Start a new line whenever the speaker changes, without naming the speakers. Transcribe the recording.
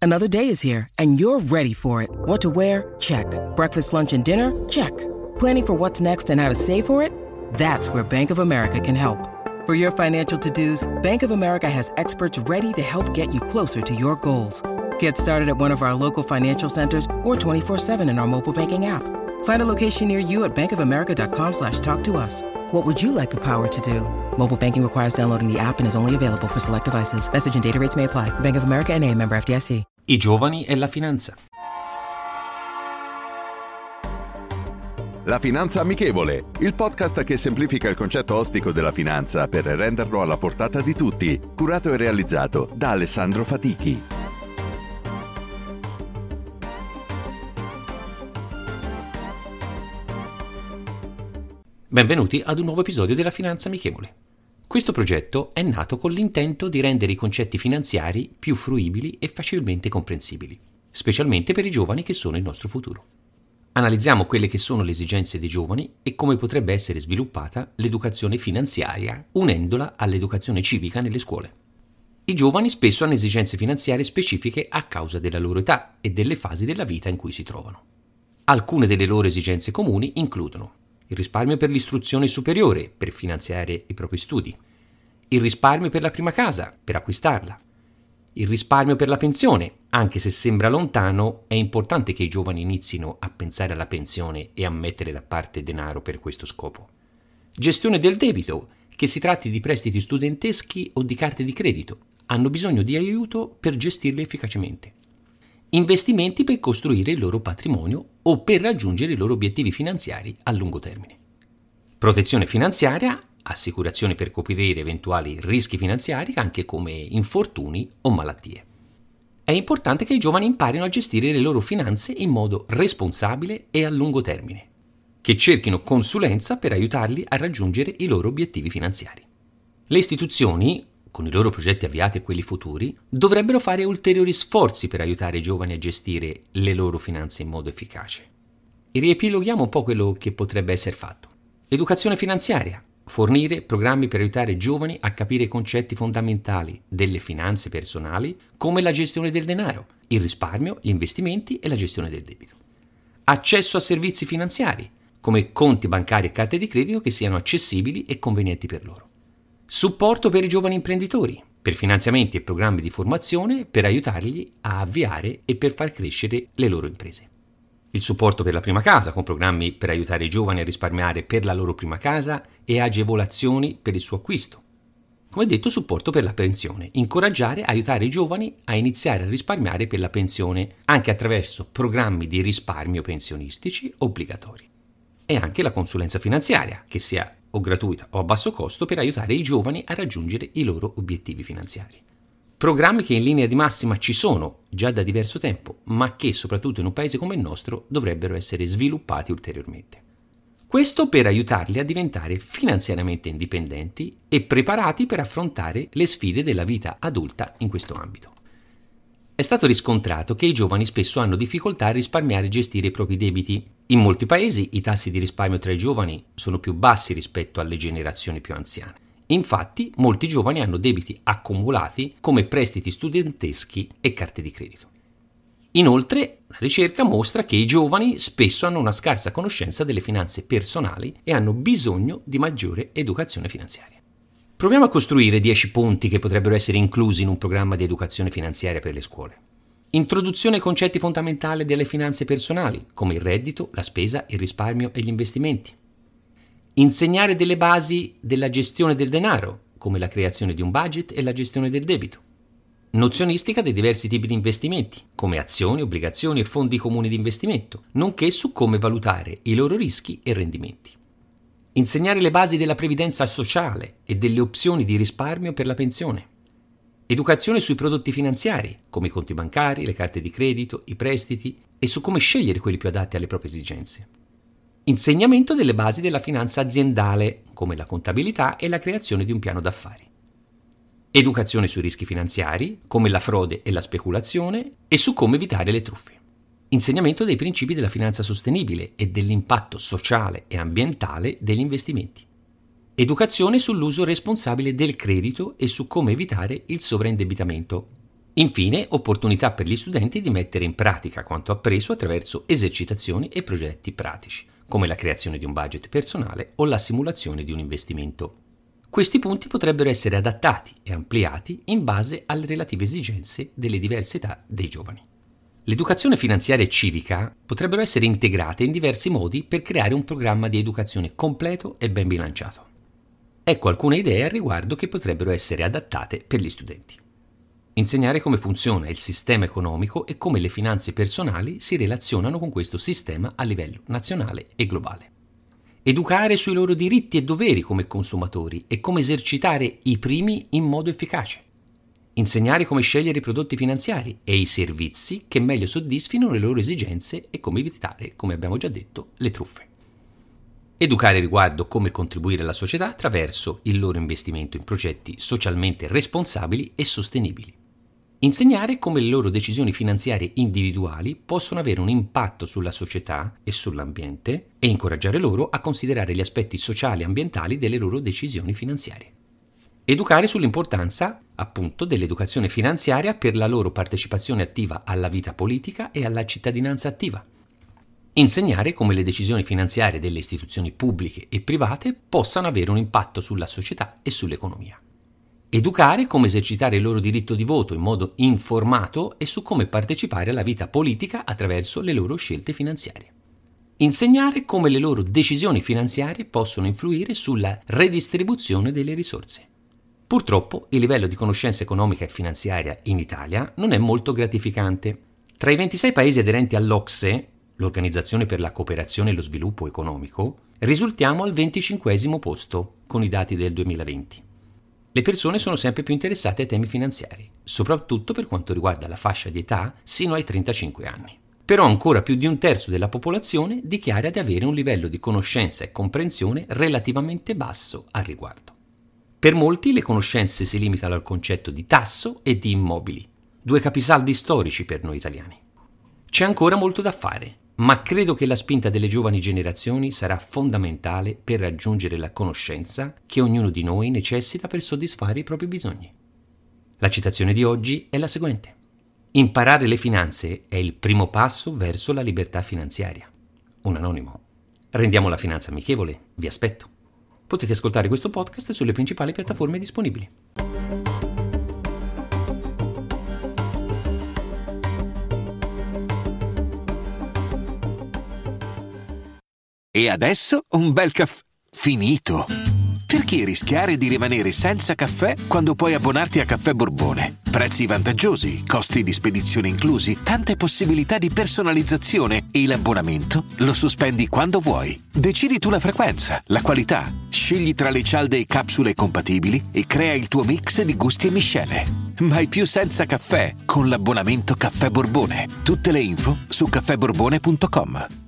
Another day is here, and you're ready for it. What to wear? Check. Breakfast, lunch, and dinner? Check. Planning for what's next and how to save for it? That's where Bank of America can help. For your financial to-dos, Bank of America has experts ready to help get you closer to your goals. Get started at one of our local financial centers or 24/7 in our mobile banking app. Find a location near you at bankofamerica.com/talktous. What would you like the power to do? Mobile banking requires downloading the app and is only available for select devices. Message and data rates may apply. Bank of America N.A., member FDIC.
I giovani e la finanza.
La Finanza Amichevole, il podcast che semplifica il concetto ostico della finanza per renderlo alla portata di tutti, curato e realizzato da Alessandro Fatichi.
Benvenuti ad un nuovo episodio della Finanza Amichevole. Questo progetto è nato con l'intento di rendere i concetti finanziari più fruibili e facilmente comprensibili, specialmente per i giovani che sono il nostro futuro. Analizziamo quelle che sono le esigenze dei giovani e come potrebbe essere sviluppata l'educazione finanziaria unendola all'educazione civica nelle scuole. I giovani spesso hanno esigenze finanziarie specifiche a causa della loro età e delle fasi della vita in cui si trovano. Alcune delle loro esigenze comuni includono il risparmio per l'istruzione superiore per finanziare i propri studi, il risparmio per la prima casa per acquistarla, il risparmio per la pensione. Anche se sembra lontano, è importante che i giovani inizino a pensare alla pensione e a mettere da parte denaro per questo scopo. Gestione del debito, che si tratti di prestiti studenteschi o di carte di credito, hanno bisogno di aiuto per gestirli efficacemente. Investimenti per costruire il loro patrimonio o per raggiungere i loro obiettivi finanziari a lungo termine. Protezione finanziaria, assicurazione per coprire eventuali rischi finanziari anche come infortuni o malattie. È importante che i giovani imparino a gestire le loro finanze in modo responsabile e a lungo termine, che cerchino consulenza per aiutarli a raggiungere i loro obiettivi finanziari. Le istituzioni, con i loro progetti avviati e quelli futuri, dovrebbero fare ulteriori sforzi per aiutare i giovani a gestire le loro finanze in modo efficace. E riepiloghiamo un po' quello che potrebbe essere fatto. Educazione finanziaria. Fornire programmi per aiutare i giovani a capire i concetti fondamentali delle finanze personali come la gestione del denaro, il risparmio, gli investimenti e la gestione del debito. Accesso a servizi finanziari, come conti bancari e carte di credito che siano accessibili e convenienti per loro. Supporto per i giovani imprenditori, per finanziamenti e programmi di formazione per aiutarli a avviare e per far crescere le loro imprese. Il supporto per la prima casa, con programmi per aiutare i giovani a risparmiare per la loro prima casa e agevolazioni per il suo acquisto. Come detto, supporto per la pensione, incoraggiare e aiutare i giovani a iniziare a risparmiare per la pensione anche attraverso programmi di risparmio pensionistici obbligatori. E anche la consulenza finanziaria, che sia o gratuita o a basso costo per aiutare i giovani a raggiungere i loro obiettivi finanziari. Programmi che in linea di massima ci sono già da diverso tempo, ma che soprattutto in un paese come il nostro dovrebbero essere sviluppati ulteriormente. Questo per aiutarli a diventare finanziariamente indipendenti e preparati per affrontare le sfide della vita adulta in questo ambito. È stato riscontrato che i giovani spesso hanno difficoltà a risparmiare e gestire i propri debiti. In molti paesi i tassi di risparmio tra i giovani sono più bassi rispetto alle generazioni più anziane. Infatti, molti giovani hanno debiti accumulati come prestiti studenteschi e carte di credito. Inoltre, la ricerca mostra che i giovani spesso hanno una scarsa conoscenza delle finanze personali e hanno bisogno di maggiore educazione finanziaria. Proviamo a costruire 10 punti che potrebbero essere inclusi in un programma di educazione finanziaria per le scuole. Introduzione ai concetti fondamentali delle finanze personali, come il reddito, la spesa, il risparmio e gli investimenti. Insegnare delle basi della gestione del denaro, come la creazione di un budget e la gestione del debito. Nozionistica dei diversi tipi di investimenti, come azioni, obbligazioni e fondi comuni di investimento, nonché su come valutare i loro rischi e rendimenti. Insegnare le basi della previdenza sociale e delle opzioni di risparmio per la pensione. Educazione sui prodotti finanziari, come i conti bancari, le carte di credito, i prestiti e su come scegliere quelli più adatti alle proprie esigenze. Insegnamento delle basi della finanza aziendale, come la contabilità e la creazione di un piano d'affari. Educazione sui rischi finanziari, come la frode e la speculazione, e su come evitare le truffe. Insegnamento dei principi della finanza sostenibile e dell'impatto sociale e ambientale degli investimenti. Educazione sull'uso responsabile del credito e su come evitare il sovraindebitamento. Infine, opportunità per gli studenti di mettere in pratica quanto appreso attraverso esercitazioni e progetti pratici, come la creazione di un budget personale o la simulazione di un investimento. Questi punti potrebbero essere adattati e ampliati in base alle relative esigenze delle diverse età dei giovani. L'educazione finanziaria e civica potrebbero essere integrate in diversi modi per creare un programma di educazione completo e ben bilanciato. Ecco alcune idee al riguardo che potrebbero essere adattate per gli studenti. Insegnare come funziona il sistema economico e come le finanze personali si relazionano con questo sistema a livello nazionale e globale. Educare sui loro diritti e doveri come consumatori e come esercitare i primi in modo efficace. Insegnare come scegliere i prodotti finanziari e i servizi che meglio soddisfino le loro esigenze e come evitare, come abbiamo già detto, le truffe. Educare riguardo come contribuire alla società attraverso il loro investimento in progetti socialmente responsabili e sostenibili. Insegnare come le loro decisioni finanziarie individuali possono avere un impatto sulla società e sull'ambiente e incoraggiare loro a considerare gli aspetti sociali e ambientali delle loro decisioni finanziarie. Educare sull'importanza, appunto, dell'educazione finanziaria per la loro partecipazione attiva alla vita politica e alla cittadinanza attiva. Insegnare come le decisioni finanziarie delle istituzioni pubbliche e private possano avere un impatto sulla società e sull'economia. Educare come esercitare il loro diritto di voto in modo informato e su come partecipare alla vita politica attraverso le loro scelte finanziarie. Insegnare come le loro decisioni finanziarie possono influire sulla redistribuzione delle risorse. Purtroppo il livello di conoscenza economica e finanziaria in Italia non è molto gratificante. Tra i 26 paesi aderenti all'OCSE, l'Organizzazione per la Cooperazione e lo Sviluppo Economico, risultiamo al 25° posto con i dati del 2020. Le persone sono sempre più interessate ai temi finanziari, soprattutto per quanto riguarda la fascia di età sino ai 35 anni. Però ancora più di un terzo della popolazione dichiara di avere un livello di conoscenza e comprensione relativamente basso al riguardo. Per molti le conoscenze si limitano al concetto di tasso e di immobili, due capisaldi storici per noi italiani. C'è ancora molto da fare, ma credo che la spinta delle giovani generazioni sarà fondamentale per raggiungere la conoscenza che ognuno di noi necessita per soddisfare i propri bisogni. La citazione di oggi è la seguente: imparare le finanze è il primo passo verso la libertà finanziaria. Un anonimo. Rendiamo la finanza amichevole, vi aspetto. Potete ascoltare questo podcast sulle principali piattaforme disponibili.
E adesso un bel caffè finito. Perché rischiare di rimanere senza caffè quando puoi abbonarti a Caffè Borbone? Prezzi vantaggiosi, costi di spedizione inclusi, tante possibilità di personalizzazione e l'abbonamento lo sospendi quando vuoi. Decidi tu la frequenza, la qualità, scegli tra le cialde e capsule compatibili e crea il tuo mix di gusti e miscele. Mai più senza caffè con l'abbonamento Caffè Borbone. Tutte le info su caffèborbone.com.